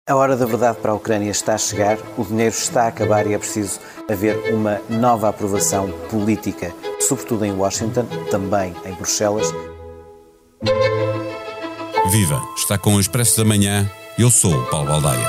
A hora da verdade para a Ucrânia está a chegar, o dinheiro está a acabar e é preciso haver uma nova aprovação política, sobretudo em Washington, também em Bruxelas. Viva! Está com o Expresso da Manhã. Eu sou o Paulo Baldaia.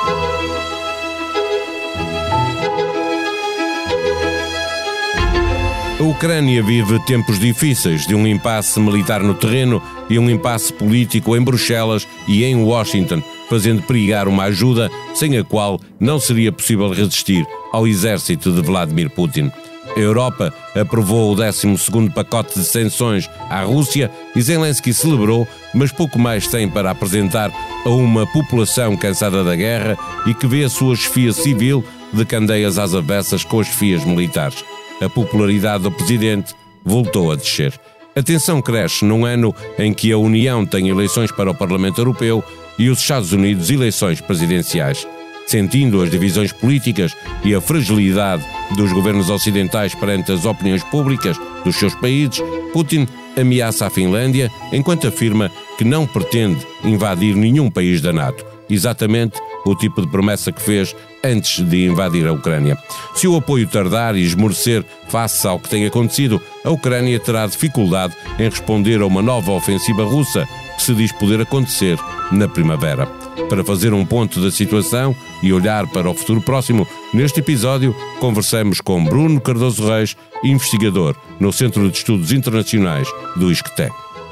A Ucrânia vive tempos difíceis, de um impasse militar no terreno e um impasse político em Bruxelas e em Washington, fazendo perigar uma ajuda sem a qual não seria possível resistir ao exército de Vladimir Putin. A Europa aprovou o 12º pacote de sanções à Rússia e Zelensky celebrou, mas pouco mais tem para apresentar a uma população cansada da guerra e que vê a sua chefia civil de candeias às avessas com as chefias militares. A popularidade do presidente voltou a descer. A tensão cresce num ano em que a União tem eleições para o Parlamento Europeu e os Estados Unidos eleições presidenciais. Sentindo as divisões políticas e a fragilidade dos governos ocidentais perante as opiniões públicas dos seus países, Putin ameaça a Finlândia enquanto afirma que não pretende invadir nenhum país da NATO. Exatamente o tipo de promessa que fez antes de invadir a Ucrânia. Se o apoio tardar e esmorecer face ao que tem acontecido, a Ucrânia terá dificuldade em responder a uma nova ofensiva russa que se diz poder acontecer na primavera. Para fazer um ponto da situação e olhar para o futuro próximo, neste episódio conversamos com Bruno Cardoso Reis, investigador no Centro de Estudos Internacionais do ISCTE.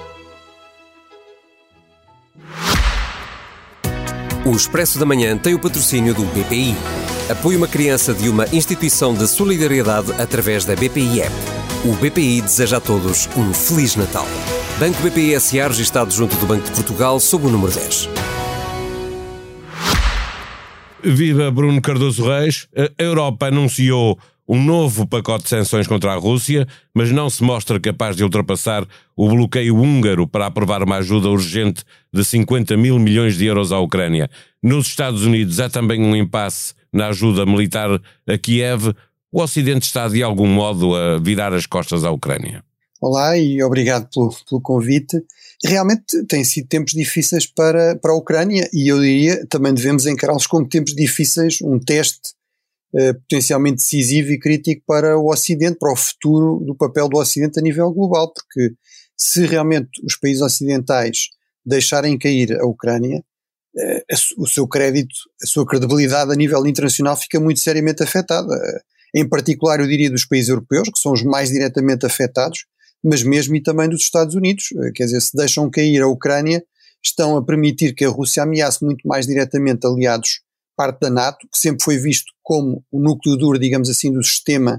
O Expresso da Manhã tem o patrocínio do BPI. Apoie uma criança de uma instituição de solidariedade através da BPI App. O BPI deseja a todos um Feliz Natal. Banco BPI S.A. registado junto do Banco de Portugal sob o número 10. Viva Bruno Cardoso Reis. A Europa anunciou um novo pacote de sanções contra a Rússia, mas não se mostra capaz de ultrapassar o bloqueio húngaro para aprovar uma ajuda urgente de 50 mil milhões de euros à Ucrânia. Nos Estados Unidos há também um impasse na ajuda militar a Kiev. O Ocidente está de algum modo a virar as costas à Ucrânia. Olá e obrigado pelo convite. Realmente têm sido tempos difíceis para a Ucrânia e eu diria também devemos encará-los como tempos difíceis, um teste potencialmente decisivo e crítico para o Ocidente, para o futuro do papel do Ocidente a nível global, porque se realmente os países ocidentais deixarem cair a Ucrânia, o seu crédito, a sua credibilidade a nível internacional fica muito seriamente afetada. Em particular, eu diria dos países europeus, que são os mais diretamente afetados, mas mesmo e também dos Estados Unidos. Quer dizer, se deixam cair a Ucrânia, estão a permitir que a Rússia ameace muito mais diretamente aliados, parte da NATO, que sempre foi visto como o núcleo duro, digamos assim, do sistema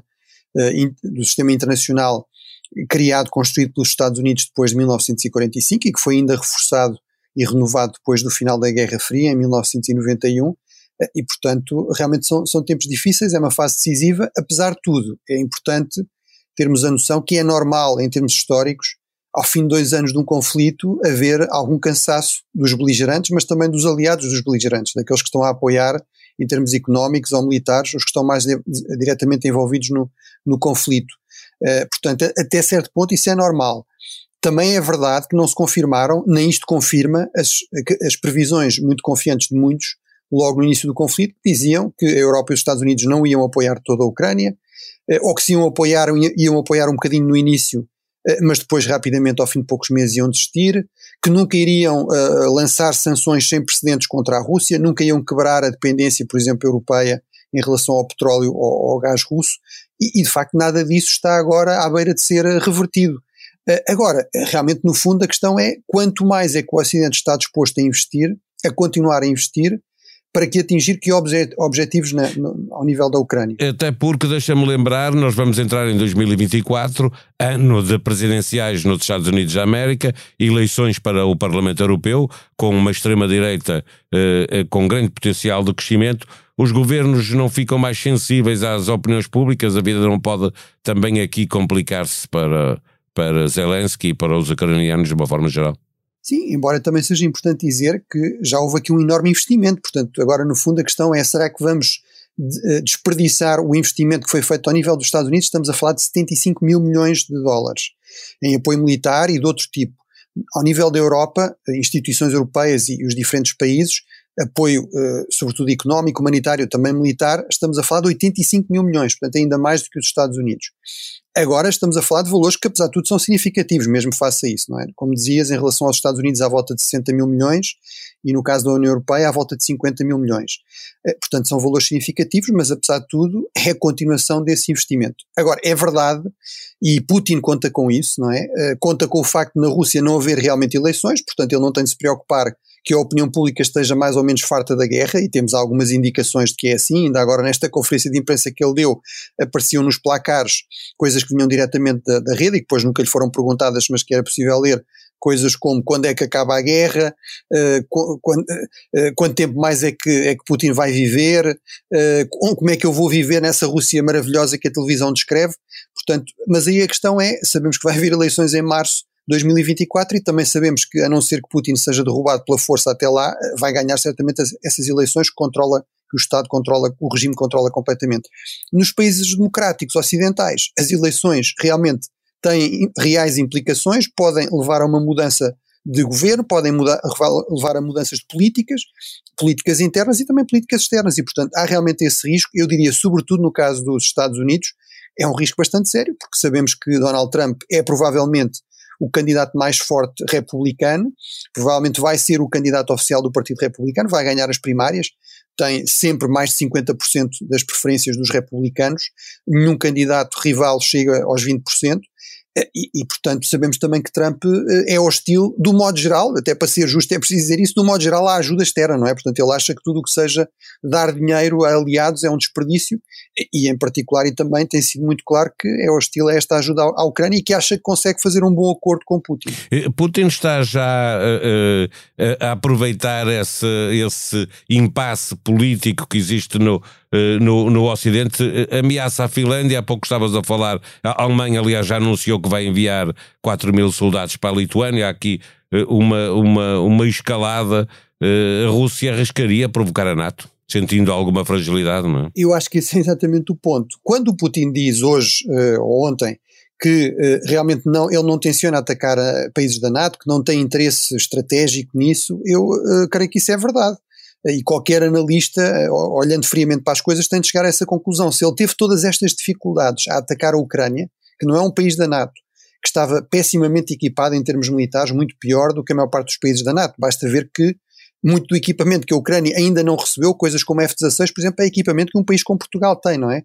internacional criado, construído pelos Estados Unidos depois de 1945 e que foi ainda reforçado e renovado depois do final da Guerra Fria, em 1991, e portanto realmente são tempos difíceis, é uma fase decisiva. Apesar de tudo, é importante termos a noção que é normal, em termos históricos, ao fim de 2 anos de um conflito, haver algum cansaço dos beligerantes, mas também dos aliados dos beligerantes, daqueles que estão a apoiar em termos económicos ou militares, os que estão mais diretamente envolvidos no conflito. Portanto, até certo ponto isso é normal. Também é verdade que não se confirmaram, nem isto confirma, as previsões muito confiantes de muitos, logo no início do conflito, que diziam que a Europa e os Estados Unidos não iam apoiar toda a Ucrânia, ou que se iam apoiar um bocadinho no início, mas depois rapidamente ao fim de poucos meses iam desistir, que nunca iriam lançar sanções sem precedentes contra a Rússia, nunca iam quebrar a dependência, por exemplo, europeia em relação ao petróleo ou ao gás russo, e de facto nada disso está agora à beira de ser revertido. Agora, realmente no fundo a questão é quanto mais é que o Ocidente está disposto a investir, a continuar a investir, para que atingir que objetivos ao nível da Ucrânia. Até porque, deixa-me lembrar, nós vamos entrar em 2024, ano de presidenciais nos Estados Unidos da América, eleições para o Parlamento Europeu, com uma extrema-direita com grande potencial de crescimento. Os governos não ficam mais sensíveis às opiniões públicas, a vida não pode também aqui complicar-se para Zelensky e para os ucranianos de uma forma geral? Sim, embora também seja importante dizer que já houve aqui um enorme investimento, portanto agora no fundo a questão é, será que vamos desperdiçar o investimento que foi feito ao nível dos Estados Unidos? Estamos a falar de 75 mil milhões de dólares em apoio militar e de outro tipo. Ao nível da Europa, instituições europeias e os diferentes países apoio, sobretudo económico, humanitário, também militar, estamos a falar de 85 mil milhões, portanto ainda mais do que os Estados Unidos. Agora estamos a falar de valores que, apesar de tudo, são significativos, mesmo face a isso, não é? Como dizias, em relação aos Estados Unidos, à volta de 60 mil milhões, e no caso da União Europeia, à volta de 50 mil milhões. Portanto, são valores significativos, mas, apesar de tudo, é a continuação desse investimento. Agora, é verdade, e Putin conta com isso, não é? Conta com o facto de na Rússia não haver realmente eleições, portanto, ele não tem de se preocupar que a opinião pública esteja mais ou menos farta da guerra, e temos algumas indicações de que é assim. Ainda agora nesta conferência de imprensa que ele deu, apareciam nos placares coisas que vinham diretamente da rede e que depois nunca lhe foram perguntadas, mas que era possível ler, coisas como quando é que acaba a guerra, quanto tempo mais é que Putin vai viver, como é que eu vou viver nessa Rússia maravilhosa que a televisão descreve. Portanto, mas aí a questão é, sabemos que vai haver eleições em março 2024 e também sabemos que, a não ser que Putin seja derrubado pela força até lá, vai ganhar certamente essas eleições que o Estado controla, o regime controla completamente. Nos países democráticos ocidentais, as eleições realmente têm reais implicações, podem levar a uma mudança de governo, podem levar a mudanças de políticas internas e também políticas externas, e portanto há realmente esse risco. Eu diria, sobretudo no caso dos Estados Unidos, é um risco bastante sério, porque sabemos que Donald Trump é provavelmente o candidato mais forte republicano, provavelmente vai ser o candidato oficial do Partido Republicano, vai ganhar as primárias, tem sempre mais de 50% das preferências dos republicanos, nenhum candidato rival chega aos 20%, e portanto sabemos também que Trump é hostil, do modo geral, até para ser justo é preciso dizer isso, do modo geral à ajuda externa, não é? Portanto ele acha que tudo o que seja dar dinheiro a aliados é um desperdício, e em particular, e também tem sido muito claro que é hostil a esta ajuda à Ucrânia e que acha que consegue fazer um bom acordo com Putin. Putin está já a aproveitar esse impasse político que existe no Ocidente, ameaça a Finlândia. Há pouco estavas a falar, a Alemanha aliás já anunciou que vai enviar 4 mil soldados para a Lituânia. Há aqui uma escalada. A Rússia arriscaria provocar a NATO, sentindo alguma fragilidade, não é? Eu acho que esse é exatamente o ponto. Quando o Putin diz hoje ou ontem que realmente ele não tenciona atacar países da NATO, que não tem interesse estratégico nisso, eu creio que isso é verdade. E qualquer analista, olhando friamente para as coisas, tem de chegar a essa conclusão. Se ele teve todas estas dificuldades a atacar a Ucrânia, que não é um país da NATO, que estava pessimamente equipado em termos militares, muito pior do que a maior parte dos países da NATO, basta ver que muito do equipamento que a Ucrânia ainda não recebeu, coisas como F-16, por exemplo, é equipamento que um país como Portugal tem, não é?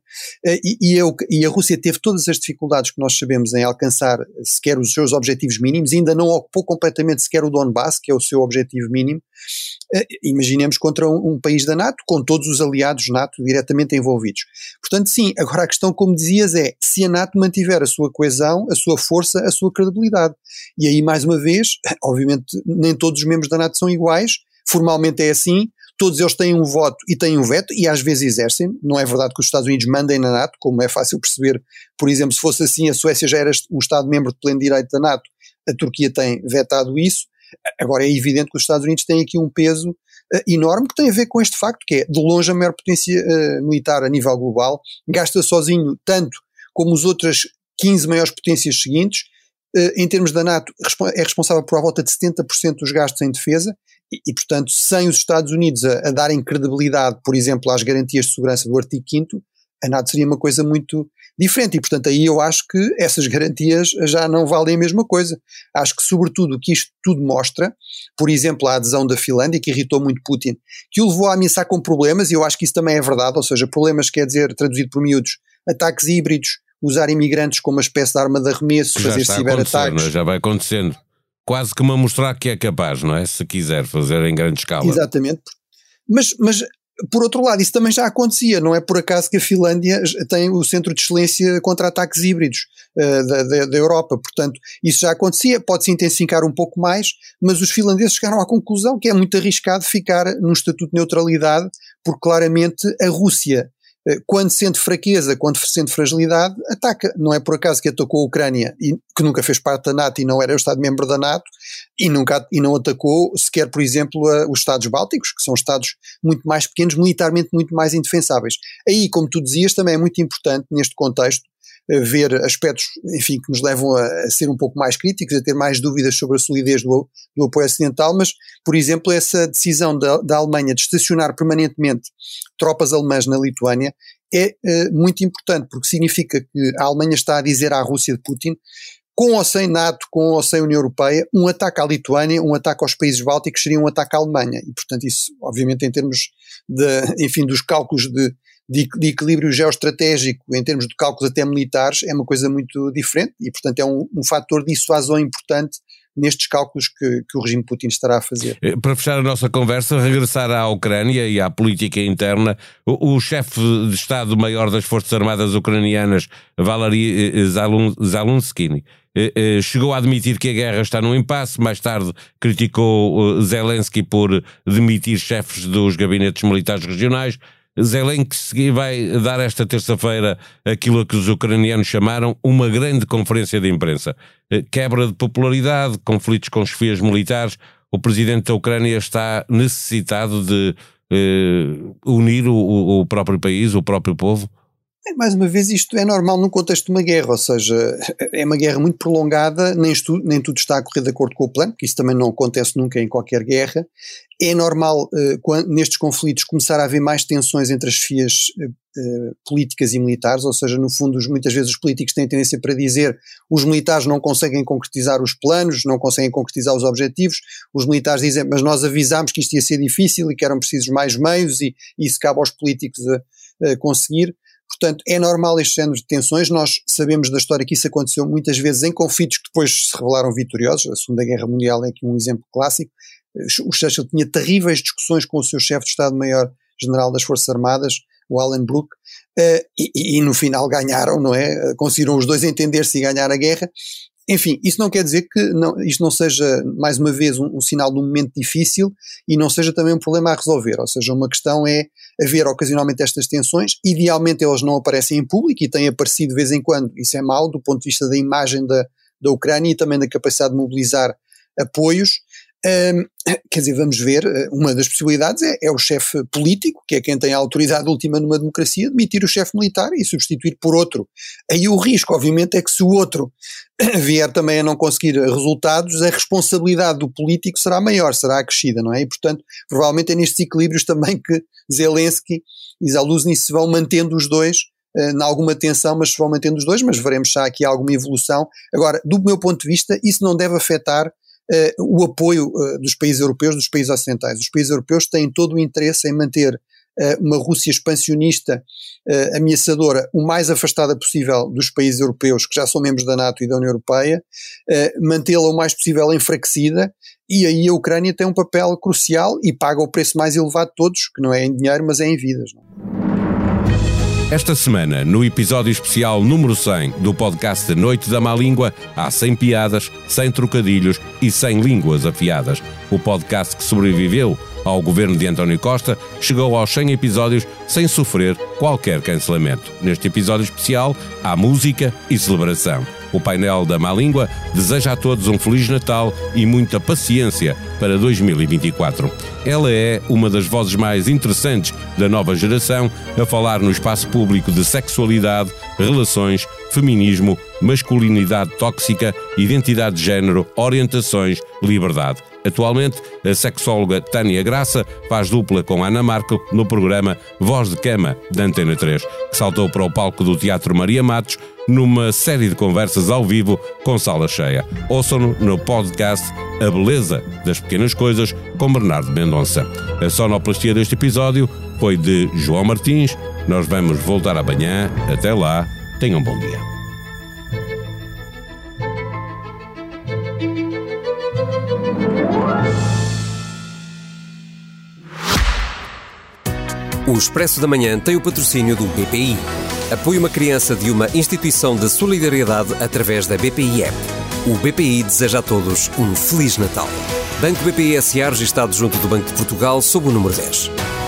E a Rússia teve todas as dificuldades que nós sabemos em alcançar sequer os seus objetivos mínimos, ainda não ocupou completamente sequer o Donbass, que é o seu objetivo mínimo. Imaginemos contra um país da NATO, com todos os aliados NATO diretamente envolvidos. Portanto, sim, agora a questão, como dizias, é se a NATO mantiver a sua coesão, a sua força, a sua credibilidade. E aí, mais uma vez, obviamente, nem todos os membros da NATO são iguais. Formalmente é assim, todos eles têm um voto e têm um veto, e às vezes exercem. Não é verdade que os Estados Unidos mandem na NATO, como é fácil perceber. Por exemplo, se fosse assim, a Suécia já era um Estado-membro de pleno direito da NATO, a Turquia tem vetado isso. Agora é evidente que os Estados Unidos têm aqui um peso enorme, que tem a ver com este facto, que é de longe a maior potência militar a nível global, gasta sozinho tanto como as outras 15 maiores potências seguintes. Em termos da NATO, é responsável por a volta de 70% dos gastos em defesa, e portanto, sem os Estados Unidos a darem credibilidade, por exemplo, às garantias de segurança do artigo 5º, a NATO seria uma coisa muito diferente, e portanto aí eu acho que essas garantias já não valem a mesma coisa. Acho que sobretudo o que isto tudo mostra, por exemplo, a adesão da Finlândia, que irritou muito Putin, que o levou a ameaçar com problemas, e eu acho que isso também é verdade, ou seja, problemas quer dizer, traduzido por miúdos, ataques híbridos, usar imigrantes como uma espécie de arma de arremesso, fazer ciberataques. Já vai acontecendo. Quase que me mostrar que é capaz, não é? Se quiser fazer em grande escala. Exatamente. Mas por outro lado, isso também já acontecia, não é por acaso que a Finlândia tem o centro de excelência contra ataques híbridos da Europa, portanto isso já acontecia, pode-se intensificar um pouco mais, mas os finlandeses chegaram à conclusão que é muito arriscado ficar num estatuto de neutralidade, porque claramente a Rússia, quando sente fraqueza, quando sente fragilidade, ataca. Não é por acaso que atacou a Ucrânia, que nunca fez parte da NATO e não era o Estado-membro da NATO, e não atacou sequer, por exemplo, os Estados Bálticos, que são Estados muito mais pequenos, militarmente muito mais indefensáveis. Aí, como tu dizias, também é muito importante neste contexto ver aspectos, enfim, que nos levam a ser um pouco mais críticos, a ter mais dúvidas sobre a solidez do apoio ocidental, mas, por exemplo, essa decisão da Alemanha de estacionar permanentemente tropas alemãs na Lituânia é muito importante, porque significa que a Alemanha está a dizer à Rússia de Putin, com ou sem NATO, com ou sem União Europeia, um ataque à Lituânia, um ataque aos países bálticos seria um ataque à Alemanha. E, portanto, isso, obviamente, em termos dos cálculos de equilíbrio geoestratégico, em termos de cálculos até militares, é uma coisa muito diferente e, portanto, é um fator de dissuasão importante nestes cálculos que o regime Putin estará a fazer. Para fechar a nossa conversa, regressar à Ucrânia e à política interna, o chefe de Estado-Maior das Forças Armadas Ucranianas, Valery Zaluzhnyi, chegou a admitir que a guerra está num impasse. Mais tarde criticou Zelensky por demitir chefes dos gabinetes militares regionais. Zelensky vai dar esta terça-feira aquilo que os ucranianos chamaram uma grande conferência de imprensa. Quebra de popularidade, conflitos com chefias militares. O presidente da Ucrânia está necessitado de unir o próprio país, o próprio povo? Mais uma vez, isto é normal num contexto de uma guerra, ou seja, é uma guerra muito prolongada, nem tudo está a correr de acordo com o plano, porque isso também não acontece nunca em qualquer guerra. É normal, nestes conflitos, começar a haver mais tensões entre as chefias políticas e militares, ou seja, no fundo, muitas vezes os políticos têm tendência para dizer os militares não conseguem concretizar os planos, não conseguem concretizar os objetivos, os militares dizem, mas nós avisámos que isto ia ser difícil e que eram precisos mais meios e isso cabe aos políticos a conseguir. Portanto, é normal estes géneros de tensões. Nós sabemos da história que isso aconteceu muitas vezes em conflitos que depois se revelaram vitoriosos. A Segunda Guerra Mundial é aqui um exemplo clássico. O Churchill tinha terríveis discussões com o seu chefe de Estado-Maior-General das Forças Armadas, o Alan Brooke, e no final ganharam, não é? Conseguiram os dois entender-se e ganhar a guerra. Enfim, isso não quer dizer que isto não seja, mais uma vez, um sinal de um momento difícil e não seja também um problema a resolver. Ou seja, uma questão é haver ocasionalmente estas tensões. Idealmente elas não aparecem em público e têm aparecido de vez em quando. Isso é mau do ponto de vista da imagem da Ucrânia e também da capacidade de mobilizar apoios. Quer dizer, vamos ver, uma das possibilidades é o chefe político, que é quem tem a autoridade última numa democracia, demitir o chefe militar e substituir por outro. Aí o risco, obviamente, é que se o outro vier também a não conseguir resultados, a responsabilidade do político será maior, será acrescida, não é? E, portanto, provavelmente é nestes equilíbrios também que Zelensky e Zaluzhnyi se vão mantendo os dois, em alguma tensão, mas se vão mantendo os dois, mas veremos se há aqui alguma evolução. Agora, do meu ponto de vista, isso não deve afetar o apoio dos países europeus, dos países ocidentais. Os países europeus têm todo o interesse em manter uma Rússia expansionista, ameaçadora, o mais afastada possível dos países europeus, que já são membros da NATO e da União Europeia, mantê-la o mais possível enfraquecida, e aí a Ucrânia tem um papel crucial e paga o preço mais elevado de todos, que não é em dinheiro, mas é em vidas. Não? Esta semana, no episódio especial número 100 do podcast Noite da Má Língua, há 100 piadas, 100 trocadilhos e 100 línguas afiadas. O podcast que sobreviveu ao governo de António Costa chegou aos 100 episódios sem sofrer qualquer cancelamento. Neste episódio especial, há música e celebração. O painel da Má Língua deseja a todos um Feliz Natal e muita paciência para 2024. Ela é uma das vozes mais interessantes da nova geração a falar no espaço público de sexualidade, relações, feminismo, masculinidade tóxica, identidade de género, orientações, liberdade. Atualmente, a sexóloga Tânia Graça faz dupla com Ana Marco no programa Voz de Cama, da Antena 3, que saltou para o palco do Teatro Maria Matos numa série de conversas ao vivo com sala cheia. Ouçam-no no podcast A Beleza das Pequenas Coisas, com Bernardo Mendonça. A sonoplastia deste episódio foi de João Martins. Nós vamos voltar amanhã. Até lá, tenham um bom dia. O Expresso da Manhã tem o patrocínio do BPI. Apoie uma criança de uma instituição de solidariedade através da BPI App. O BPI deseja a todos um Feliz Natal. Banco BPI S.A. registado junto do Banco de Portugal sob o número 10.